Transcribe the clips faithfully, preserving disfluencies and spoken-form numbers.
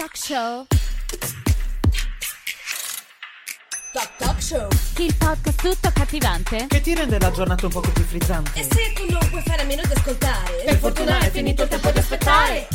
Talk Show. Talk Talk Show. Il podcast tutto accattivante che ti rende la giornata un poco più frizzante. E se tu non puoi fare a meno di ascoltare, per fortuna è finito il tempo di aspettare.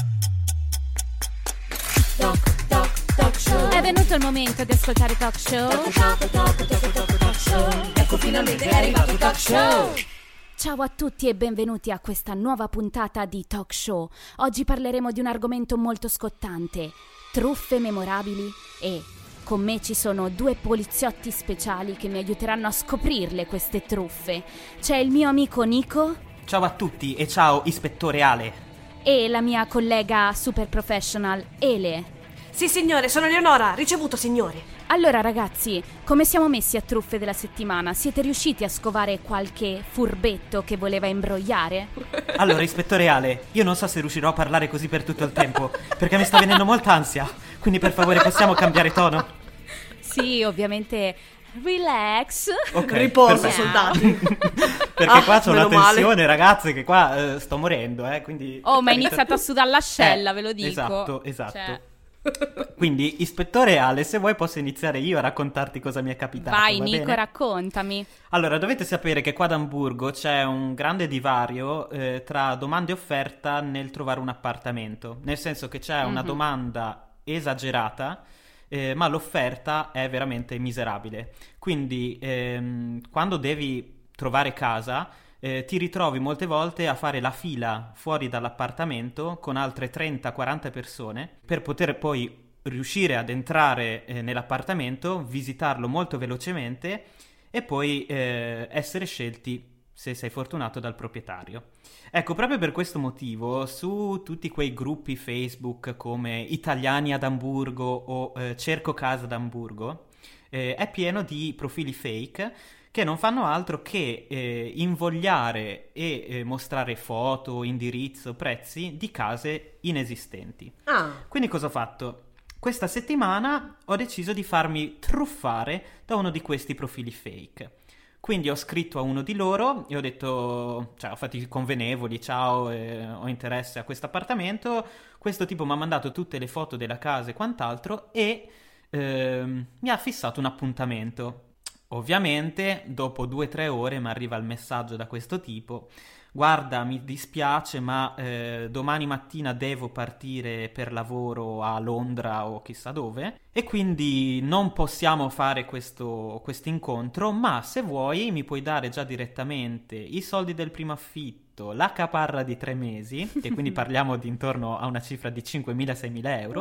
Talk Talk Talk Show. È venuto il momento di ascoltare Talk Show. Talk Talk Talk Talk Talk Talk Show. Ecco finalmente è arrivato il Talk Show. Ciao a tutti e benvenuti a questa nuova puntata di Talk Show. Oggi parleremo di un argomento molto scottante: truffe memorabili, e con me ci sono due poliziotti speciali che mi aiuteranno a scoprirle queste truffe. C'è il mio amico Nico. Ciao a tutti e ciao ispettore Ale. E la mia collega super professional Ele. Sì signore, sono Eleonora, ricevuto signore. Allora ragazzi, come siamo messi a truffe della settimana? Siete riusciti a scovare qualche furbetto che voleva imbrogliare? Allora ispettore Ale, io non so se riuscirò a parlare così per tutto il tempo, perché mi sta venendo molta ansia. Quindi per favore possiamo cambiare tono? Sì, ovviamente. Relax. Okay, riposo perfetto. Soldati. Perché Ah, qua c'è una meno male. tensione ragazze, che qua eh, sto morendo eh, quindi... Oh, ma è iniziato a sudare l'ascella, Eh, ve lo dico. Esatto, esatto. Cioè, Quindi ispettore Ale, se vuoi posso iniziare io a raccontarti cosa mi è capitato. vai va Nico, bene? raccontami. Allora, dovete sapere che qua ad Amburgo c'è un grande divario eh, tra domanda e offerta nel trovare un appartamento. Nel senso che c'è una Mhm. domanda esagerata, eh, ma l'offerta è veramente miserabile. Quindi, ehm, quando devi trovare casa, eh, ti ritrovi molte volte a fare la fila fuori dall'appartamento con altre trenta quaranta persone per poter poi riuscire ad entrare eh, nell'appartamento, visitarlo molto velocemente e poi eh, essere scelti, se sei fortunato, dal proprietario. Ecco, proprio per questo motivo su tutti quei gruppi Facebook come Italiani ad Amburgo o eh, Cerco Casa ad Amburgo eh, è pieno di profili fake che non fanno altro che eh, invogliare e eh, mostrare foto, indirizzo, prezzi di case inesistenti. Ah, Quindi cosa ho fatto? Questa settimana ho deciso di farmi truffare da uno di questi profili fake. Quindi ho scritto a uno di loro e ho detto, cioè ho fatto i convenevoli, ciao, eh, ho interesse a questo appartamento. Questo tipo mi ha mandato tutte le foto della casa e quant'altro e ehm, mi ha fissato un appuntamento. Ovviamente dopo due o tre ore mi arriva il messaggio da questo tipo: guarda, mi dispiace, ma eh, domani mattina devo partire per lavoro a Londra o chissà dove e quindi non possiamo fare questo incontro, ma se vuoi mi puoi dare già direttamente i soldi del primo affitto, la caparra di tre mesi, e quindi parliamo di intorno a una cifra di cinquemila-seimila euro.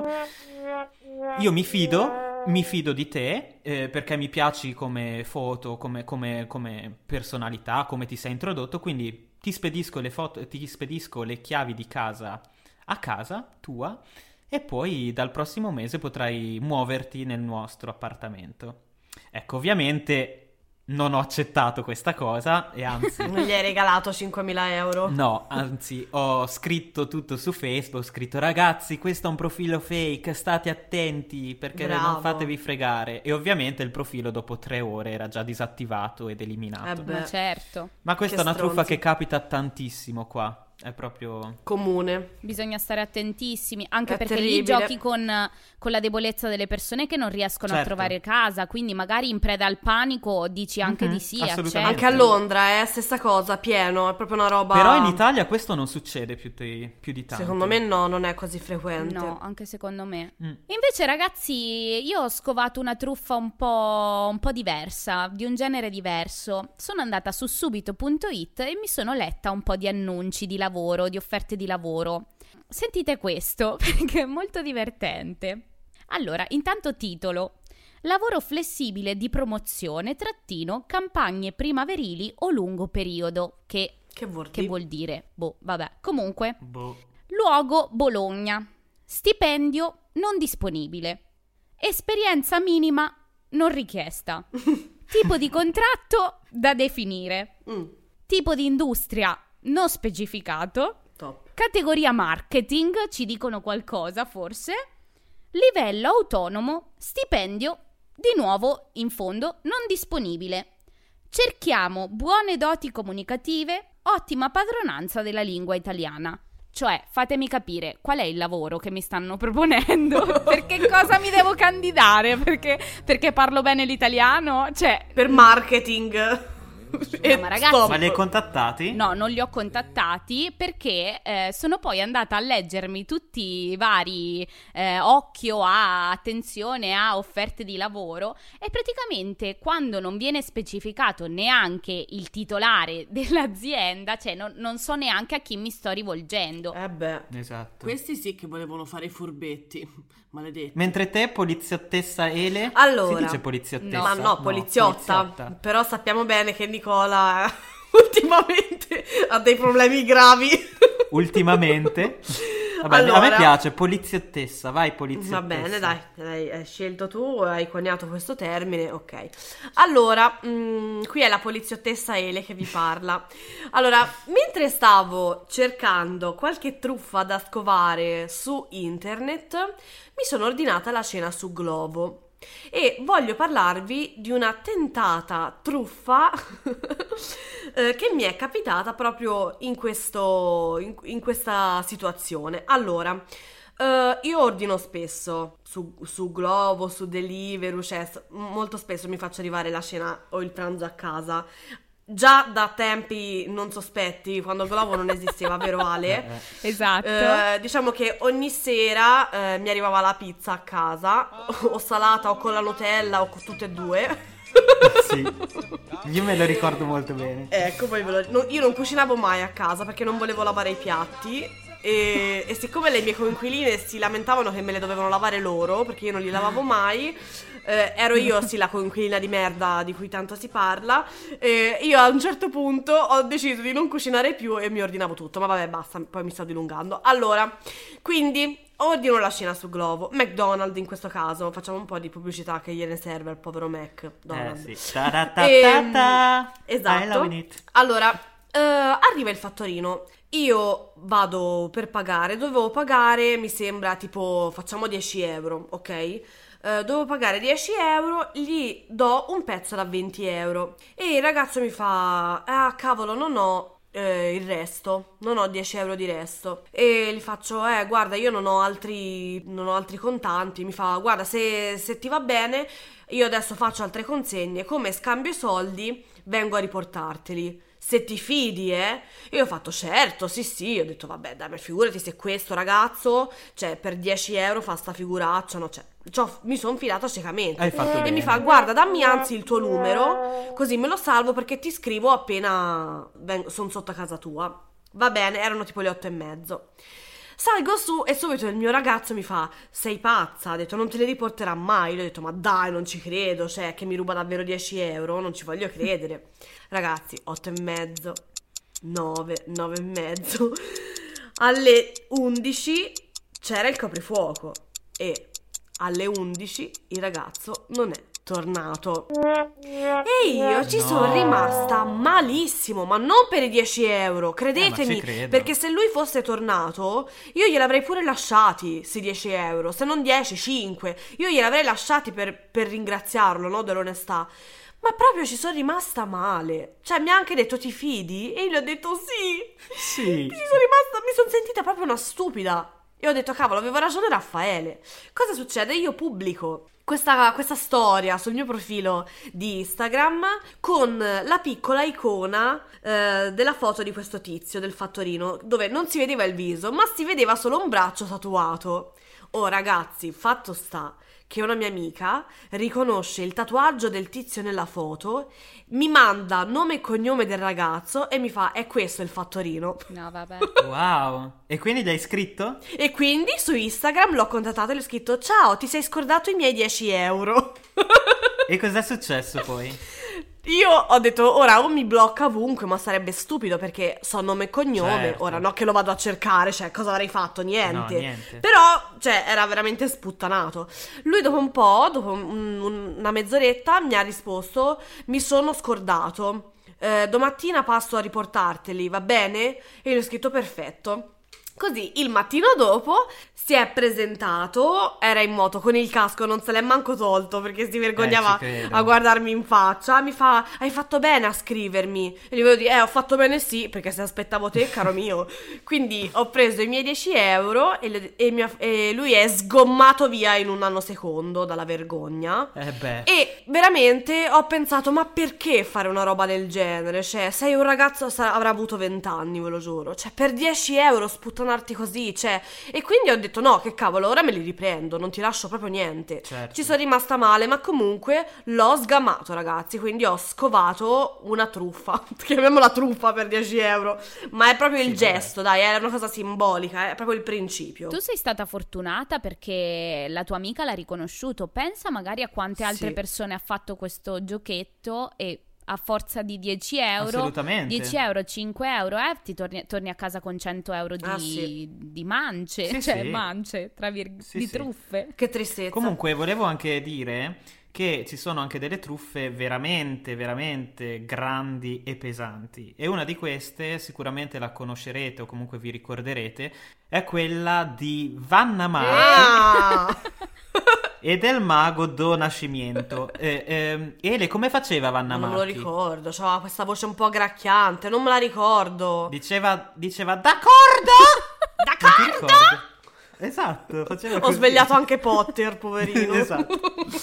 Io mi fido. Mi fido di te eh, perché mi piaci come foto, come, come, come personalità, come ti sei introdotto, quindi ti spedisco le foto, ti spedisco le chiavi di casa a casa tua e poi dal prossimo mese potrai muoverti nel nostro appartamento. Ecco, ovviamente non ho accettato questa cosa e anzi... non gli hai regalato cinquemila euro? No, anzi, ho scritto tutto su Facebook, ho scritto ragazzi, questo è un profilo fake, state attenti perché Bravo. non fatevi fregare. E ovviamente il profilo dopo tre ore era già disattivato ed eliminato. Eh beh. Ma certo, Ma questa che è una truffa stronzi. che capita tantissimo qua, è proprio... Comune. bisogna stare attentissimi, anche È perché terribile. lì giochi con, con la debolezza delle persone che non riescono a Certo. trovare casa, quindi magari in preda al panico dici anche Mhm, di sì, assolutamente. accetta. Anche a Londra, eh, stessa cosa, pieno, è proprio una roba... Però in Italia questo non succede più di, più di tanto. Secondo me no, non è così frequente. No, anche secondo me. Mm. Invece ragazzi, io ho scovato una truffa un po', un po' diversa, di un genere diverso. Sono andata su subito punto it e mi sono letta un po' di annunci di lavoro, di offerte di lavoro. Sentite questo, perché è molto divertente. Allora, intanto titolo: lavoro flessibile di promozione, trattino, campagne primaverili o lungo periodo. Che, Che vuol che dire? vuol dire? Boh, vabbè. Comunque, Boh. luogo Bologna, stipendio non disponibile, esperienza minima non richiesta, tipo di contratto da definire, Mm, tipo di industria non specificato, top. categoria marketing, ci dicono qualcosa forse, livello autonomo, stipendio di nuovo in fondo non disponibile. Cerchiamo buone doti comunicative, ottima padronanza della lingua italiana. Cioè, fatemi capire, qual è il lavoro che mi stanno proponendo? Perché cosa mi devo candidare? Perché, perché parlo bene l'italiano? Cioè... Per marketing. No, ma ragazzi, Ma li hai contattati? no, non li ho contattati perché eh, sono poi andata a leggermi tutti i vari eh, occhio a, attenzione a offerte di lavoro e praticamente quando non viene specificato neanche il titolare dell'azienda, cioè non, non so neanche a chi mi sto rivolgendo. Eh beh. Esatto. Questi sì che volevano fare i furbetti, maledetti. Mentre te, poliziottessa Ele? Allora, si dice poliziottessa? Ma no, poliziotta. poliziotta. Però sappiamo bene che Nicola ultimamente ha dei problemi gravi. Ultimamente? Vabbè, Allora, a me piace, poliziottessa, vai poliziottessa. Va bene, dai, dai, hai scelto tu, hai coniato questo termine, ok. Allora, mh, qui è la poliziottessa Ele che vi parla. Allora, mentre stavo cercando qualche truffa da scovare su internet, mi sono ordinata la cena su Glovo. E voglio parlarvi di una tentata truffa eh, che mi è capitata proprio in, questo, in, in questa situazione. Allora, eh, io ordino spesso su, su Glovo, su Deliveroo, cioè molto spesso mi faccio arrivare la cena o il pranzo a casa. Già da tempi non sospetti, quando Glovo non esisteva, vero Ale? Esatto. Eh, diciamo che ogni sera eh, mi arrivava la pizza a casa, o salata o con la Nutella o con tutte e due. Sì, io me lo ricordo molto bene. Ecco, poi ve lo... no, io non cucinavo mai a casa perché non volevo lavare i piatti e, e siccome le mie coinquiline si lamentavano che me le dovevano lavare loro perché io non li lavavo mai, eh, ero io sì la coinquilina di merda di cui tanto si parla, e io a un certo punto ho deciso di non cucinare più e mi ordinavo tutto, ma vabbè basta, poi mi sto dilungando. Allora, quindi ordino la cena su Glovo, McDonald's in questo caso, facciamo un po' di pubblicità che gliene serve al povero McDonald's. Eh sì. Ta-da-ta-ta-ta. Ehm, esatto. I love it. Allora, eh, arriva il fattorino. Io vado per pagare, dovevo pagare, mi sembra tipo, facciamo dieci euro, ok? Eh, dovevo pagare dieci euro, gli do un pezzo da venti euro e il ragazzo mi fa, ah cavolo, non ho eh, il resto, non ho dieci euro di resto, e gli faccio, eh guarda, io non ho altri, non ho altri contanti. Mi fa, guarda, se, se ti va bene io adesso faccio altre consegne, come scambio i soldi vengo a riportarteli, se ti fidi, eh? Io ho fatto certo, sì sì, ho detto vabbè dai, ma figurati se questo ragazzo, cioè per dieci euro fa sta figuraccia, no, cioè, ciò, mi sono filata ciecamente. Hai fatto E bene. mi fa, guarda, dammi anzi il tuo numero, così me lo salvo perché ti scrivo appena sono sotto a casa tua. Va bene, erano tipo le otto e mezzo. Salgo su e subito il mio ragazzo mi fa, sei pazza? Ha detto, non te le riporterà mai. Io ho detto, ma dai, non ci credo, cioè che mi ruba davvero dieci euro, non ci voglio credere. Ragazzi, otto e mezzo, nove, nove e mezzo, alle undici c'era il coprifuoco e alle undici il ragazzo non è tornato. E io ci No. sono rimasta malissimo, ma non per i dieci euro, credetemi, Eh, ma ci credo. perché se lui fosse tornato io gliel'avrei pure lasciati sti dieci euro, se non dieci, cinque, io gliel'avrei lasciati per, per ringraziarlo, no, dell'onestà. Ma proprio ci sono rimasta male. Cioè mi ha anche detto ti fidi? E io gli ho detto sì. Sì. Mi sono rimasta, mi sono sentita proprio una stupida. E ho detto cavolo, aveva ragione Raffaele. Cosa succede? Io pubblico questa, questa storia sul mio profilo di Instagram con la piccola icona eh, della foto di questo tizio del fattorino, dove non si vedeva il viso ma si vedeva solo un braccio tatuato. Oh ragazzi, fatto sta che una mia amica riconosce il tatuaggio del tizio nella foto, mi manda nome e cognome del ragazzo e mi fa, è questo il fattorino. No, vabbè. Wow. E quindi gli hai scritto? E quindi su Instagram l'ho contattato e gli ho scritto, ciao, ti sei scordato i miei dieci euro. E cos'è successo poi? Io ho detto, ora o mi blocca ovunque, ma sarebbe stupido perché so nome e cognome, Certo. ora no che lo vado a cercare, cioè cosa avrei fatto? Niente. No, niente. Però, cioè, era veramente sputtanato. Lui dopo un po', dopo un- un- una mezz'oretta, mi ha risposto, mi sono scordato, eh, domattina passo a riportarteli, va bene? E gli ho scritto perfetto. Così il mattino dopo si è presentato, era in moto con il casco, non se l'è manco tolto perché si vergognava Eh, ci credo. a guardarmi in faccia. Mi fa: hai fatto bene a scrivermi. E gli volevo dire: eh, ho fatto bene sì, perché se aspettavo te, caro mio. Quindi ho preso i miei dieci euro e, le- e mi ha- e lui è sgommato via in un nanosecondo dalla vergogna. Eh beh. E veramente ho pensato: ma perché fare una roba del genere? Cioè, sei un ragazzo, sa- avrà avuto vent'anni, ve lo giuro. Cioè, per dieci euro sputtanarti così, cioè. E quindi ho detto: no, che cavolo, ora me li riprendo, non ti lascio proprio niente. Certo. Ci sono rimasta male, ma comunque l'ho sgamato, ragazzi. Quindi ho scovato una truffa. Chiamiamola truffa per dieci euro. Ma è proprio il Sì, vabbè. gesto, dai, è una cosa simbolica, è proprio il principio. Tu sei stata fortunata perché la tua amica l'ha riconosciuto. Pensa magari a quante altre Sì. persone ha fatto questo giochetto e a forza di dieci euro, Assolutamente. dieci euro, cinque euro, eh, ti torni, torni a casa con cento euro di, Ah, sì. di mance, Sì, cioè sì. mance, tra virgolette, Sì, di sì. truffe. Che tristezza. Comunque volevo anche dire che ci sono anche delle truffe veramente, veramente grandi e pesanti. E una di queste, sicuramente la conoscerete o comunque vi ricorderete, è quella di Vanna Marchi Ah! e del mago Do Nascimento. Eh, ehm, Ele, come faceva Vanna Non me lo Marchi? ricordo, c'aveva questa voce un po' gracchiante, non me la ricordo. Diceva, diceva d'accordo! Non ti D'accordo! ricordi? Esatto, faceva Ho così. svegliato anche Potter, poverino. Esatto.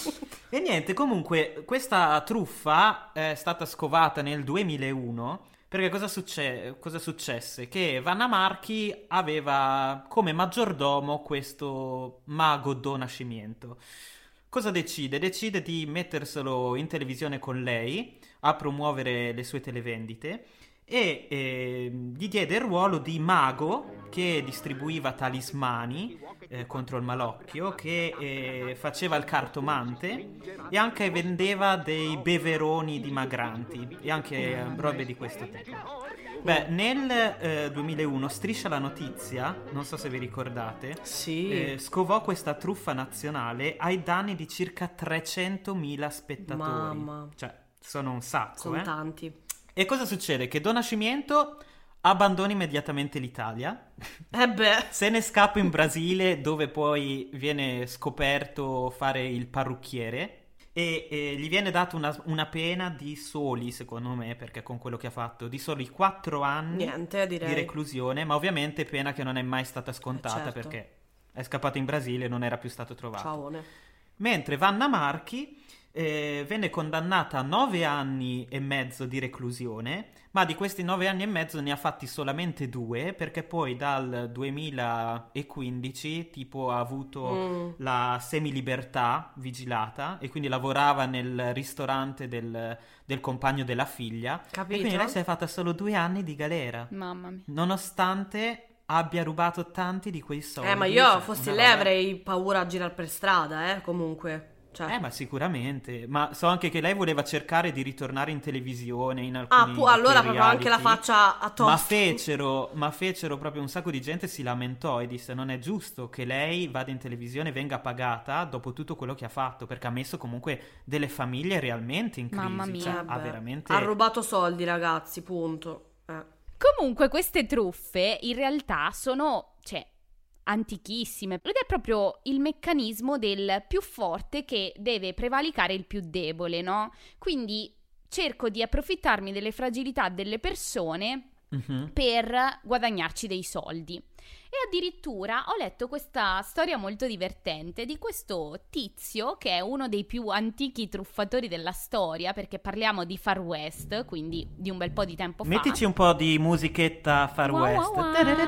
E niente, comunque questa truffa è stata scovata nel duemilauno perché cosa, succe- cosa successe? Che Vanna Marchi aveva come maggiordomo questo mago Do Nascimento. Cosa decide? Decide di metterselo in televisione con lei a promuovere le sue televendite e eh, gli diede il ruolo di mago che distribuiva talismani eh, contro il malocchio, che eh, faceva il cartomante e anche vendeva dei beveroni dimagranti e anche eh, robe di questo tipo. Beh, nel eh, duemilauno Striscia la Notizia, non so se vi ricordate, Sì. eh, scovò questa truffa nazionale ai danni di circa trecentomila spettatori. Mamma. Cioè, sono un sacco, Sono eh. tanti. E cosa succede? Che Do Nascimento abbandona immediatamente l'Italia, Eh beh. se ne scappa in Brasile dove poi viene scoperto fare il parrucchiere e, e gli viene data una, una pena di soli, secondo me, perché con quello che ha fatto, di soli quattro anni Niente, direi. di reclusione, ma ovviamente pena che non è mai stata scontata Certo. perché è scappato in Brasile e non era più stato trovato. Ciaone. Mentre Vanna Marchi eh, venne condannata a nove anni e mezzo di reclusione, ma di questi nove anni e mezzo ne ha fatti solamente due, perché poi dal duemilaquindici tipo ha avuto Mm. la semilibertà vigilata e quindi lavorava nel ristorante del, del compagno della figlia. Capito? E quindi lei si è fatta solo due anni di galera, Mamma mia. nonostante abbia rubato tanti di quei soldi. Eh, ma io Cioè, fossi una lei roba- avrei paura a girare per strada, eh, comunque. Cioè. Eh, ma sicuramente. Ma so anche che lei voleva cercare di ritornare in televisione in alcuni Ah, pu- allora di quei proprio anche la reality. faccia a tosto. Ma fecero, ma fecero proprio un sacco di gente si lamentò e disse non è giusto che lei vada in televisione e venga pagata dopo tutto quello che ha fatto, perché ha messo comunque delle famiglie realmente in crisi. Mamma mia. Cioè, Eh, ha beh. veramente... Ha rubato soldi, ragazzi, punto. Eh. Comunque queste truffe in realtà sono, cioè, antichissime ed è proprio il meccanismo del più forte che deve prevalicare il più debole, no? Quindi cerco di approfittarmi delle fragilità delle persone Mhm. per guadagnarci dei soldi. E addirittura ho letto questa storia molto divertente di questo tizio che è uno dei più antichi truffatori della storia, perché parliamo di Far West, quindi di un bel po' di tempo fa. Mettici un po' di musichetta Far Wow, West. wow,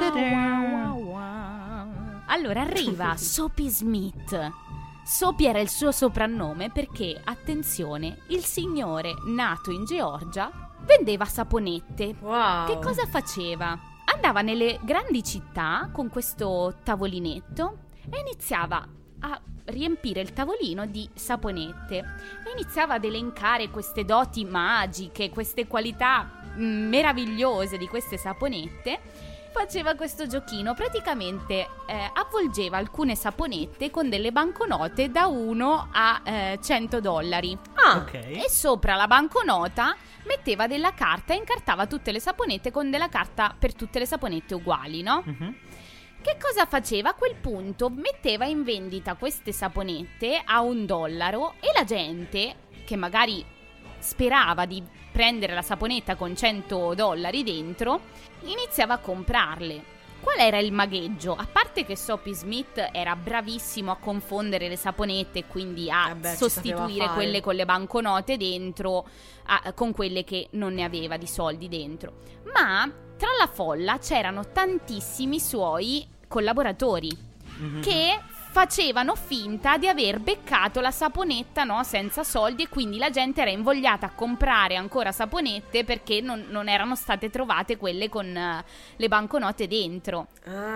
wow, wow, wow. Allora arriva Soapy Smith. Soapy era il suo soprannome perché, attenzione, il signore nato in Georgia vendeva saponette. Wow. Che cosa faceva? Andava nelle grandi città con questo tavolinetto e iniziava a riempire il tavolino di saponette e iniziava ad elencare queste doti magiche, queste qualità mm, meravigliose di queste saponette. Faceva questo giochino, praticamente eh, avvolgeva alcune saponette con delle banconote da uno a eh, cento dollari. Ah, Ok. E sopra la banconota metteva della carta e incartava tutte le saponette con della carta per tutte le saponette uguali, no? Mhm. Che cosa faceva? A quel punto metteva in vendita queste saponette a un dollaro e la gente, che magari sperava di prendere la saponetta con cento dollari dentro, iniziava a comprarle. Qual era il magheggio? A parte che Soapy Smith era bravissimo a confondere le saponette e quindi a Eh beh, ci sostituire sapeva fare. quelle con le banconote dentro a- con quelle che non ne aveva di soldi dentro. Ma tra la folla c'erano tantissimi suoi collaboratori Mhm. che facevano finta di aver beccato la saponetta, no, senza soldi, e quindi la gente era invogliata a comprare ancora saponette perché non, non erano state trovate quelle con eh, le banconote dentro.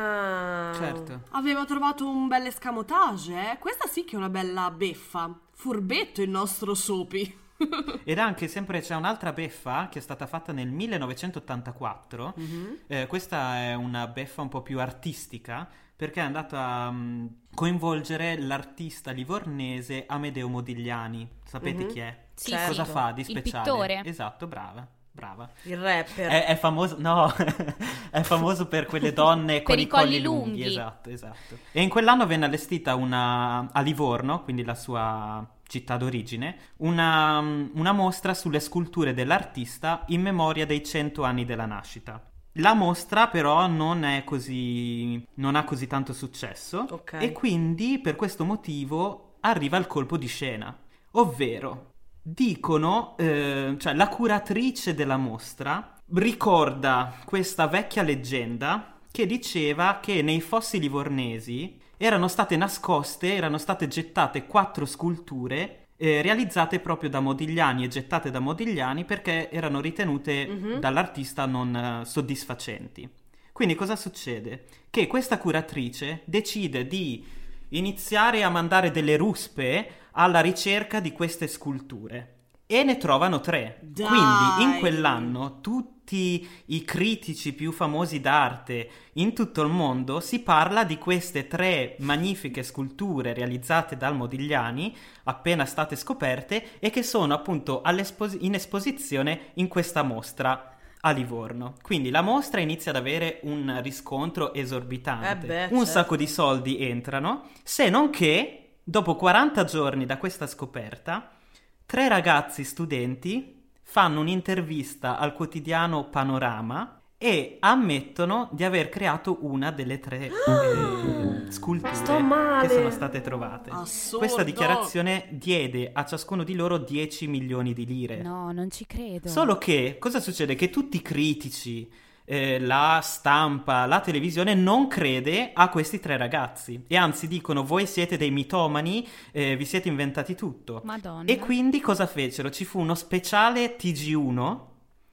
Ah. Certo. Aveva trovato un bel escamotage, eh? Questa sì che è una bella beffa. Furbetto il nostro Soapy. Ed anche sempre c'è un'altra beffa che è stata fatta nel millenovecentottantaquattro. Mhm. Eh, questa è una beffa un po' più artistica perché è andata a mm, coinvolgere l'artista livornese Amedeo Modigliani. Sapete Mhm. chi è? Sì, Certo. Cosa fa di Il speciale? pittore. Esatto, brava, brava. Il rapper. È, è famoso, no, è famoso per quelle donne con Per i i colli colli lunghi. lunghi. Esatto, esatto. E in quell'anno venne allestita una, a Livorno, quindi la sua città d'origine, una, una mostra sulle sculture dell'artista in memoria dei cento anni della nascita. La mostra però non è così, non ha così tanto successo Ok. e quindi per questo motivo arriva il colpo di scena, ovvero dicono, eh, cioè la curatrice della mostra ricorda questa vecchia leggenda che diceva che nei fossi livornesi erano state nascoste, erano state gettate quattro sculture eh, realizzate proprio da Modigliani e gettate da Modigliani perché erano ritenute Mhm. dall'artista non eh, soddisfacenti. Quindi cosa succede? Che questa curatrice decide di iniziare a mandare delle ruspe alla ricerca di queste sculture e ne trovano tre. Dai! Quindi in quell'anno tutti i critici più famosi d'arte in tutto il mondo si parla di queste tre magnifiche sculture realizzate dal Modigliani appena state scoperte e che sono appunto all'espos- in esposizione in questa mostra a Livorno. Quindi la mostra inizia ad avere un riscontro esorbitante. Eh beh, un certo. sacco di soldi entrano, se non che dopo quaranta giorni da questa scoperta, tre ragazzi studenti fanno un'intervista al quotidiano Panorama e ammettono di aver creato una delle tre eh, sculture Sto male. che sono state trovate. Assurdo. Questa dichiarazione diede a ciascuno di loro dieci milioni di lire. No, non ci credo. Solo che cosa succede? Che tutti i critici, eh, la stampa, la televisione non crede a questi tre ragazzi e anzi dicono voi siete dei mitomani, eh, vi siete inventati tutto. Madonna. E quindi cosa fecero? Ci fu uno speciale T G uno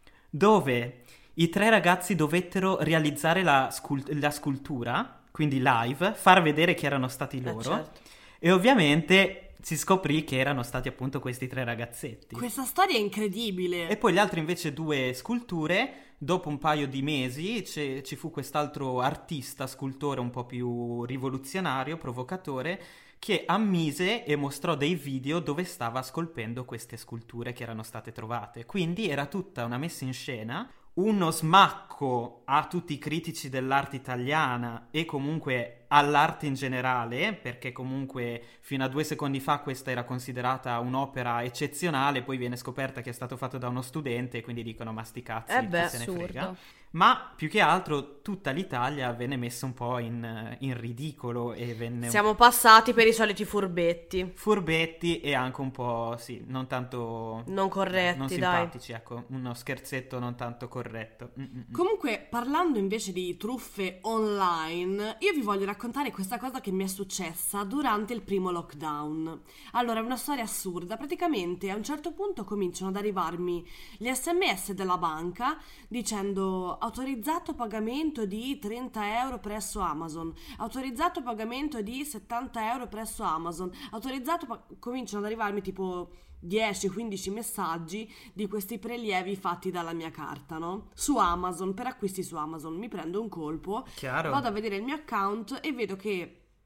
dove i tre ragazzi dovettero realizzare la, scult- la scultura, quindi live, far vedere che erano stati Eh, loro certo. e ovviamente si scoprì che erano stati appunto questi tre ragazzetti. Questa storia è incredibile. E poi le altre invece due sculture, dopo un paio di mesi c'è- ci fu quest'altro artista, scultore un po' più rivoluzionario, provocatore, che ammise e mostrò dei video dove stava scolpendo queste sculture che erano state trovate. Quindi era tutta una messa in scena, uno smacco a tutti i critici dell'arte italiana e comunque all'arte in generale, perché comunque fino a due secondi fa questa era considerata un'opera eccezionale, poi viene scoperta che è stato fatto da uno studente e quindi dicono ma sti cazzi, Eh chi beh, se ne assurdo. frega. Ma più che altro tutta l'Italia venne messa un po' in, in ridicolo e venne Siamo passati per i soliti furbetti. furbetti e anche un po', sì, non tanto... Non corretti, non dai. simpatici, ecco, uno scherzetto non tanto corretto. Mm-mm. Comunque, parlando invece di truffe online, io vi voglio raccontare questa cosa che mi è successa durante il primo lockdown. Allora, è una storia assurda. Praticamente a un certo punto cominciano ad arrivarmi gli sms della banca dicendo autorizzato pagamento di trenta euro presso Amazon, autorizzato pagamento di settanta euro presso Amazon, autorizzato pa- cominciano ad arrivarmi tipo dieci quindici messaggi di questi prelievi fatti dalla mia carta, no? Su Amazon, per acquisti su Amazon. Mi prendo un colpo, Chiaro? vado a vedere il mio account e vedo che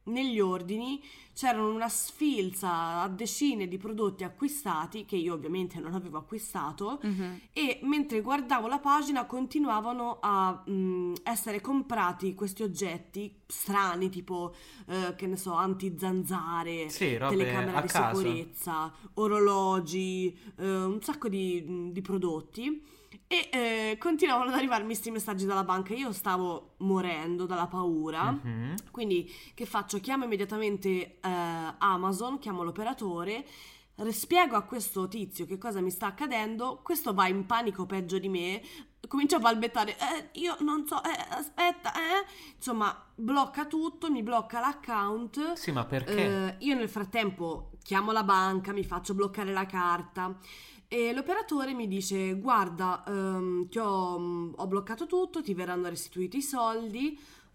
negli ordini c'erano una sfilza a decine di prodotti acquistati che io ovviamente non avevo acquistato, Mhm. e mentre guardavo la pagina continuavano a mm, essere comprati questi oggetti strani, tipo eh, che ne so, antizanzare, Sì, robe telecamera a di caso. sicurezza, orologi, eh, un sacco di, di prodotti. E eh, continuavano ad arrivarmi questi messaggi dalla banca. Io stavo morendo dalla paura. Mhm. Quindi che faccio? Chiamo immediatamente eh, Amazon, chiamo l'operatore, re- spiego a questo tizio che cosa mi sta accadendo. Questo va in panico peggio di me, comincia a balbettare, eh, io non so, eh, aspetta, eh. Insomma, blocca tutto, mi blocca l'account. Sì, ma perché? Eh, io nel frattempo chiamo la banca, mi faccio bloccare la carta. E l'operatore mi dice: guarda, ehm, ti ho, ho bloccato tutto, ti verranno restituiti i soldi,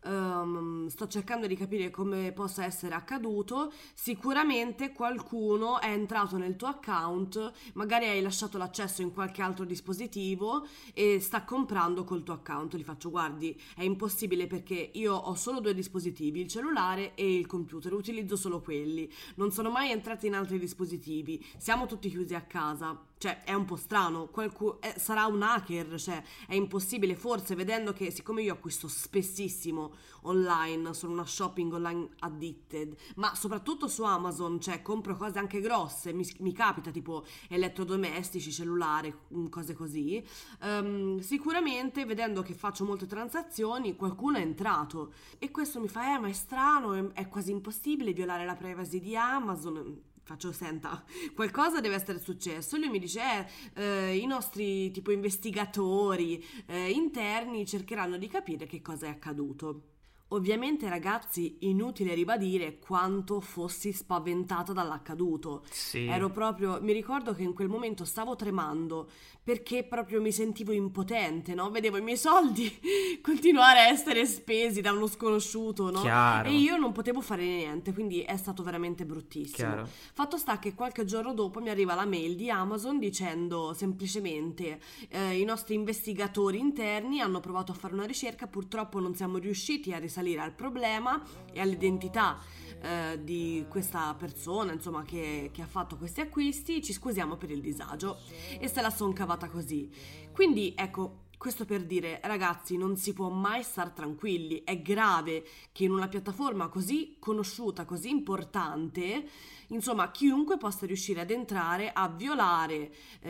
ehm, sto cercando di capire come possa essere accaduto, sicuramente qualcuno è entrato nel tuo account, magari hai lasciato l'accesso in qualche altro dispositivo e sta comprando col tuo account. Gli faccio: guardi, è impossibile perché io ho solo due dispositivi, il cellulare e il computer, utilizzo solo quelli, non sono mai entrati in altri dispositivi, siamo tutti chiusi a casa. Cioè, è un po' strano, qualcu- eh, sarà un hacker, cioè, è impossibile, forse vedendo che, siccome io acquisto spessissimo online, sono una shopping online addicted, ma soprattutto su Amazon, cioè, compro cose anche grosse, mi, mi capita, tipo, elettrodomestici, cellulare, mm, cose così, ehm, sicuramente, vedendo che faccio molte transazioni, qualcuno è entrato, e questo mi fa, eh, ma è strano, è, è quasi impossibile violare la privacy di Amazon. Faccio: senta, qualcosa deve essere successo. Lui mi dice: eh, eh, i nostri tipo investigatori eh, interni cercheranno di capire che cosa è accaduto. Ovviamente, ragazzi, inutile ribadire quanto fossi spaventata dall'accaduto. Sì. Ero proprio, mi ricordo che in quel momento stavo tremando perché proprio mi sentivo impotente, no? Vedevo i miei soldi continuare a essere spesi da uno sconosciuto, no? Chiaro. E io non potevo fare niente, quindi è stato veramente bruttissimo. Chiaro. Fatto sta che qualche giorno dopo mi arriva la mail di Amazon dicendo semplicemente eh, i nostri investigatori interni hanno provato a fare una ricerca, purtroppo non siamo riusciti a risalire al problema e all'identità eh, di questa persona, insomma, che, che ha fatto questi acquisti, ci scusiamo per il disagio. E se la son cavata così. Quindi ecco, questo per dire, ragazzi, non si può mai star tranquilli. È grave che in una piattaforma così conosciuta, così importante, insomma, chiunque possa riuscire ad entrare a violare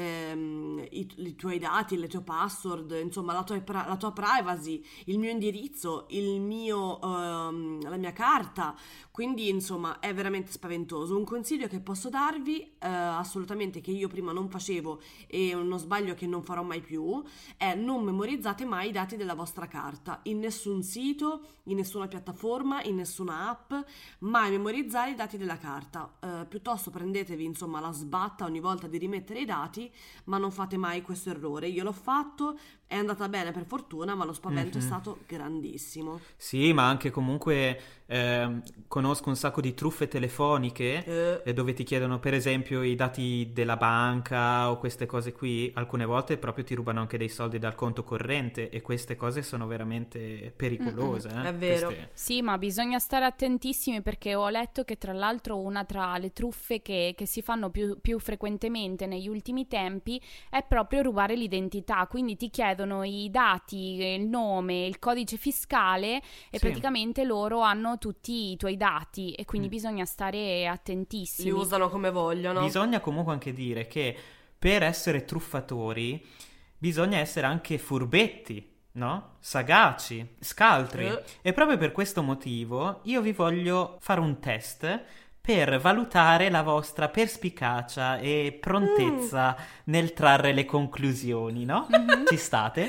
ehm, i, i tuoi dati, le tue password, insomma, la tua, la tua privacy, il mio indirizzo, il mio, ehm, la mia carta. Quindi, insomma, è veramente spaventoso. Un consiglio che posso darvi, eh, assolutamente, che io prima non facevo e uno sbaglio che non farò mai più, è non memorizzate mai i dati della vostra carta in nessun sito, in nessuna piattaforma, in nessuna app. Mai memorizzare i dati della carta. Uh, piuttosto prendetevi, insomma, la sbatta ogni volta di rimettere i dati, ma non fate mai questo errore. Io l'ho fatto, è andata bene per fortuna, ma lo spavento Mhm. è stato grandissimo. Sì, ma anche comunque ehm, conosco un sacco di truffe telefoniche Eh, eh, dove ti chiedono per esempio i dati della banca o queste cose qui. Alcune volte proprio ti rubano anche dei soldi dal conto corrente e queste cose sono veramente pericolose. eh. È vero. Queste- Sì, ma bisogna stare attentissimi perché ho letto che tra l'altro una tra le truffe che, che si fanno più, più frequentemente negli ultimi tempi è proprio rubare l'identità, quindi ti chiedono i dati, il nome, il codice fiscale e Sì. praticamente loro hanno tutti i tuoi dati e quindi Mm. bisogna stare Li attentissimi. usano come vogliono. Bisogna comunque anche dire che per essere truffatori bisogna essere anche furbetti, no? Sagaci, scaltri. Eh. E proprio per questo motivo io vi voglio fare un test per valutare la vostra perspicacia e prontezza nel trarre le conclusioni, no? Ci state?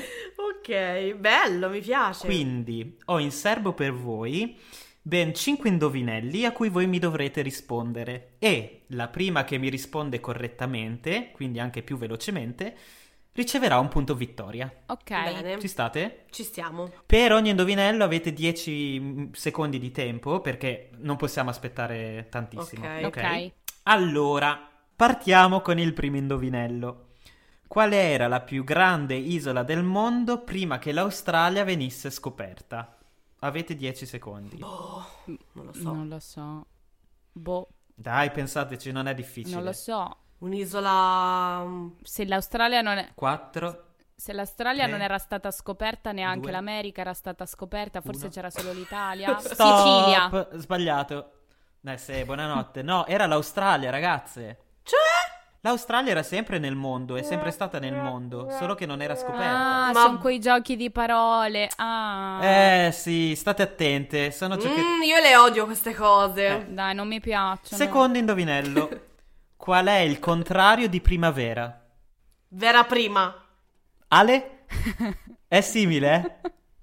Ok, bello, mi piace. Quindi ho in serbo per voi ben cinque indovinelli a cui voi mi dovrete rispondere e la prima che mi risponde correttamente, quindi anche più velocemente, riceverà un punto vittoria. Ok. Bene, Ci state? ci stiamo. Per ogni indovinello avete dieci secondi di tempo perché non possiamo aspettare tantissimo. Ok. Ok. Allora, partiamo con il primo indovinello. Qual era la più grande isola del mondo prima che l'Australia venisse scoperta? Avete dieci secondi. Oh, non lo so. Non lo so. Boh, Dai, pensateci, non è difficile. non lo so. Un'isola... Se l'Australia non è... quattro. Se l'Australia Tre, non era stata scoperta, neanche due, l'America era stata scoperta, forse uno. c'era solo l'Italia. Stop! Sicilia. Sbagliato. Eh sì, buonanotte. No, era l'Australia, ragazze. Cioè? L'Australia era sempre nel mondo, è sempre stata nel mondo, solo che non era scoperta. Ah, Ma- sono quei giochi di parole. Ah. Eh sì, state attente, sono giochi... Mm, io le odio queste cose. Dai, non mi piacciono. Secondo indovinello. Qual è il contrario di primavera? Vera prima. Ale? È simile?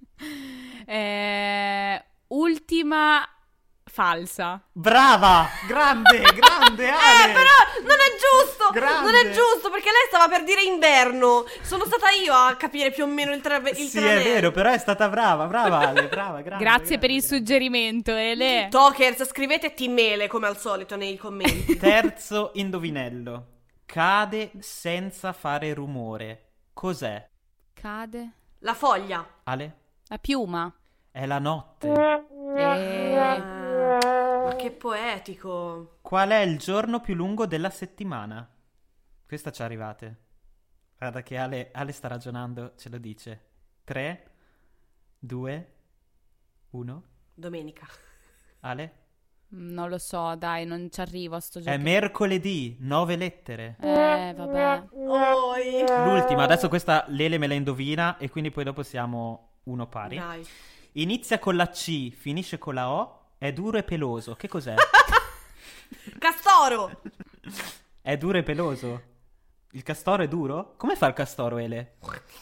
Eh, ultima falsa. Brava! Grande, grande Ale! Eh, però non è giusto! Grande. Non è giusto, perché lei stava per dire inverno. Sono stata io a capire più o meno il tra- il Sì, è tranello. vero, però è stata brava, brava Ale, brava, grande. Grazie grande, per il grande. suggerimento, Ele. Tokers, scrivete Timmele come al solito nei commenti. Terzo indovinello. Cade senza fare rumore. Cos'è? Cade. La foglia. Ale? La piuma. È la notte. Eh, Ah, ma che poetico. Qual è il giorno più lungo della settimana? Questa ci arrivate. Guarda che Ale, Ale sta ragionando, ce lo dice. tre, due, uno. Domenica. Ale? non lo so, dai, non ci arrivo a sto gioco. È mercoledì, nove lettere. Eh, vabbè. Oi. L'ultima, adesso questa Lele me la indovina e quindi poi dopo siamo uno pari. Dai. Inizia con la C, finisce con la O, è duro e peloso. Che cos'è? Castoro. È duro e peloso? Il castoro è duro? Come fa il castoro, Ele?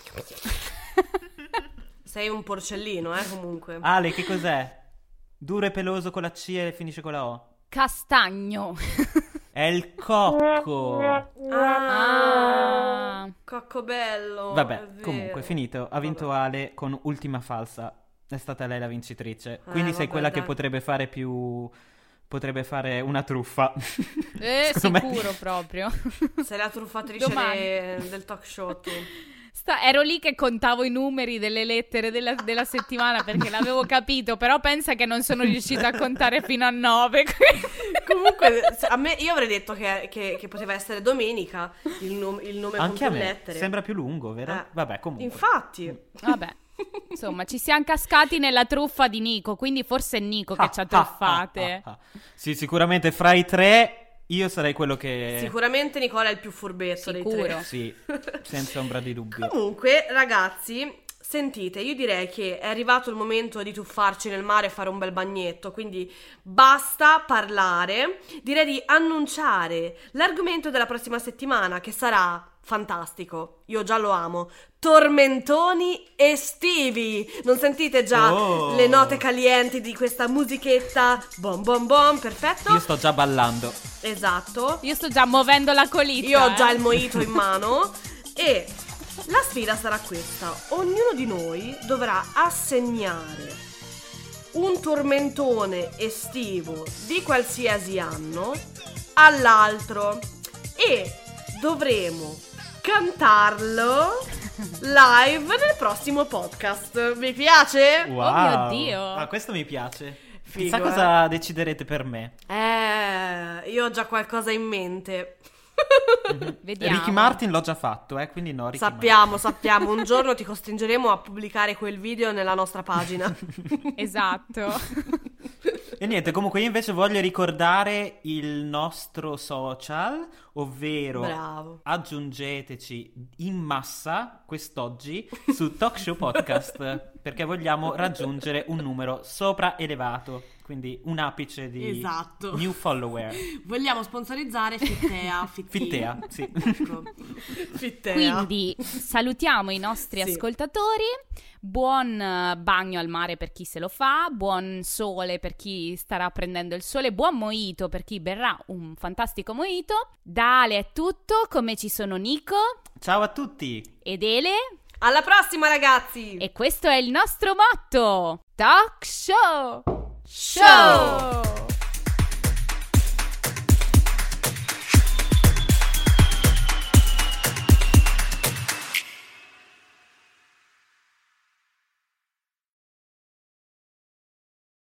Sei un porcellino, eh, comunque. Ale, che cos'è? Duro e peloso con la C e finisce con la O. Castagno. È il cocco. Ah, Ah. coccobello. è Vabbè, vero. comunque, finito. Ha vinto Vabbè. Ale con ultima falsa. È stata lei la vincitrice. Quindi sei vabbè, quella che dai. potrebbe fare più... Potrebbe fare una truffa. Eh, Secondo me- sicuro proprio. Sei la truffatrice Domani. de- del talk show tu. Sta- ero lì che contavo i numeri delle lettere della, della settimana perché l'avevo capito, però pensa che non sono riuscita a contare fino a nove. Comunque, se- a me, io avrei detto che, che- che poteva essere domenica il, num- il nome con Anche a più me. lettere. Sembra più lungo, vero? Eh, Vabbè, comunque. Infatti. Vabbè, insomma, ci siamo cascati nella truffa di Nico, quindi forse è Nico che Ah, ci ha ah, truffate. ah, ah, ah. Sì, sicuramente fra i tre io sarei quello che... Sicuramente Nicola è il più furbetto dei Sicuro. tre. Sì, senza ombra di dubbio. Comunque, ragazzi, sentite, io direi che è arrivato il momento di tuffarci nel mare e fare un bel bagnetto, quindi basta parlare. Direi di annunciare l'argomento della prossima settimana, che sarà fantastico. Io già lo amo. Tormentoni estivi. Non sentite già Oh. le note calienti di questa musichetta? Bom bom bom, perfetto. Io sto già ballando. Esatto. Io sto già muovendo la colita. Io ho già eh. il mojito in mano e la sfida sarà questa. Ognuno di noi dovrà assegnare un tormentone estivo di qualsiasi anno all'altro e dovremo cantarlo live nel prossimo podcast. Vi piace? mio Dio. Ah, questo mi piace. Figo, Chissà cosa deciderete per me. Eh, io ho già qualcosa in mente. Vediamo. Ricky Martin l'ho già fatto, eh, quindi no, Ricky Sappiamo, sappiamo, un giorno ti costringeremo a pubblicare quel video nella nostra pagina. Esatto. Martin. E niente, comunque io invece voglio ricordare il nostro social, ovvero Bravo. aggiungeteci in massa quest'oggi su Talk Show Podcast, perché vogliamo raggiungere un numero sopra elevato, quindi un apice di Esatto. new follower. Vogliamo sponsorizzare Fittea. Fittea, sì. Ecco. Fittea. Quindi salutiamo i nostri Sì. ascoltatori. Buon eh, bagno al mare per chi se lo fa, buon sole per chi starà prendendo il sole, buon mojito per chi berrà un fantastico mojito. Da Ale è tutto, come ci sono Nico Ciao a tutti! ed Ele, Alla prossima, ragazzi! e questo è il nostro motto: Talk Show! Show!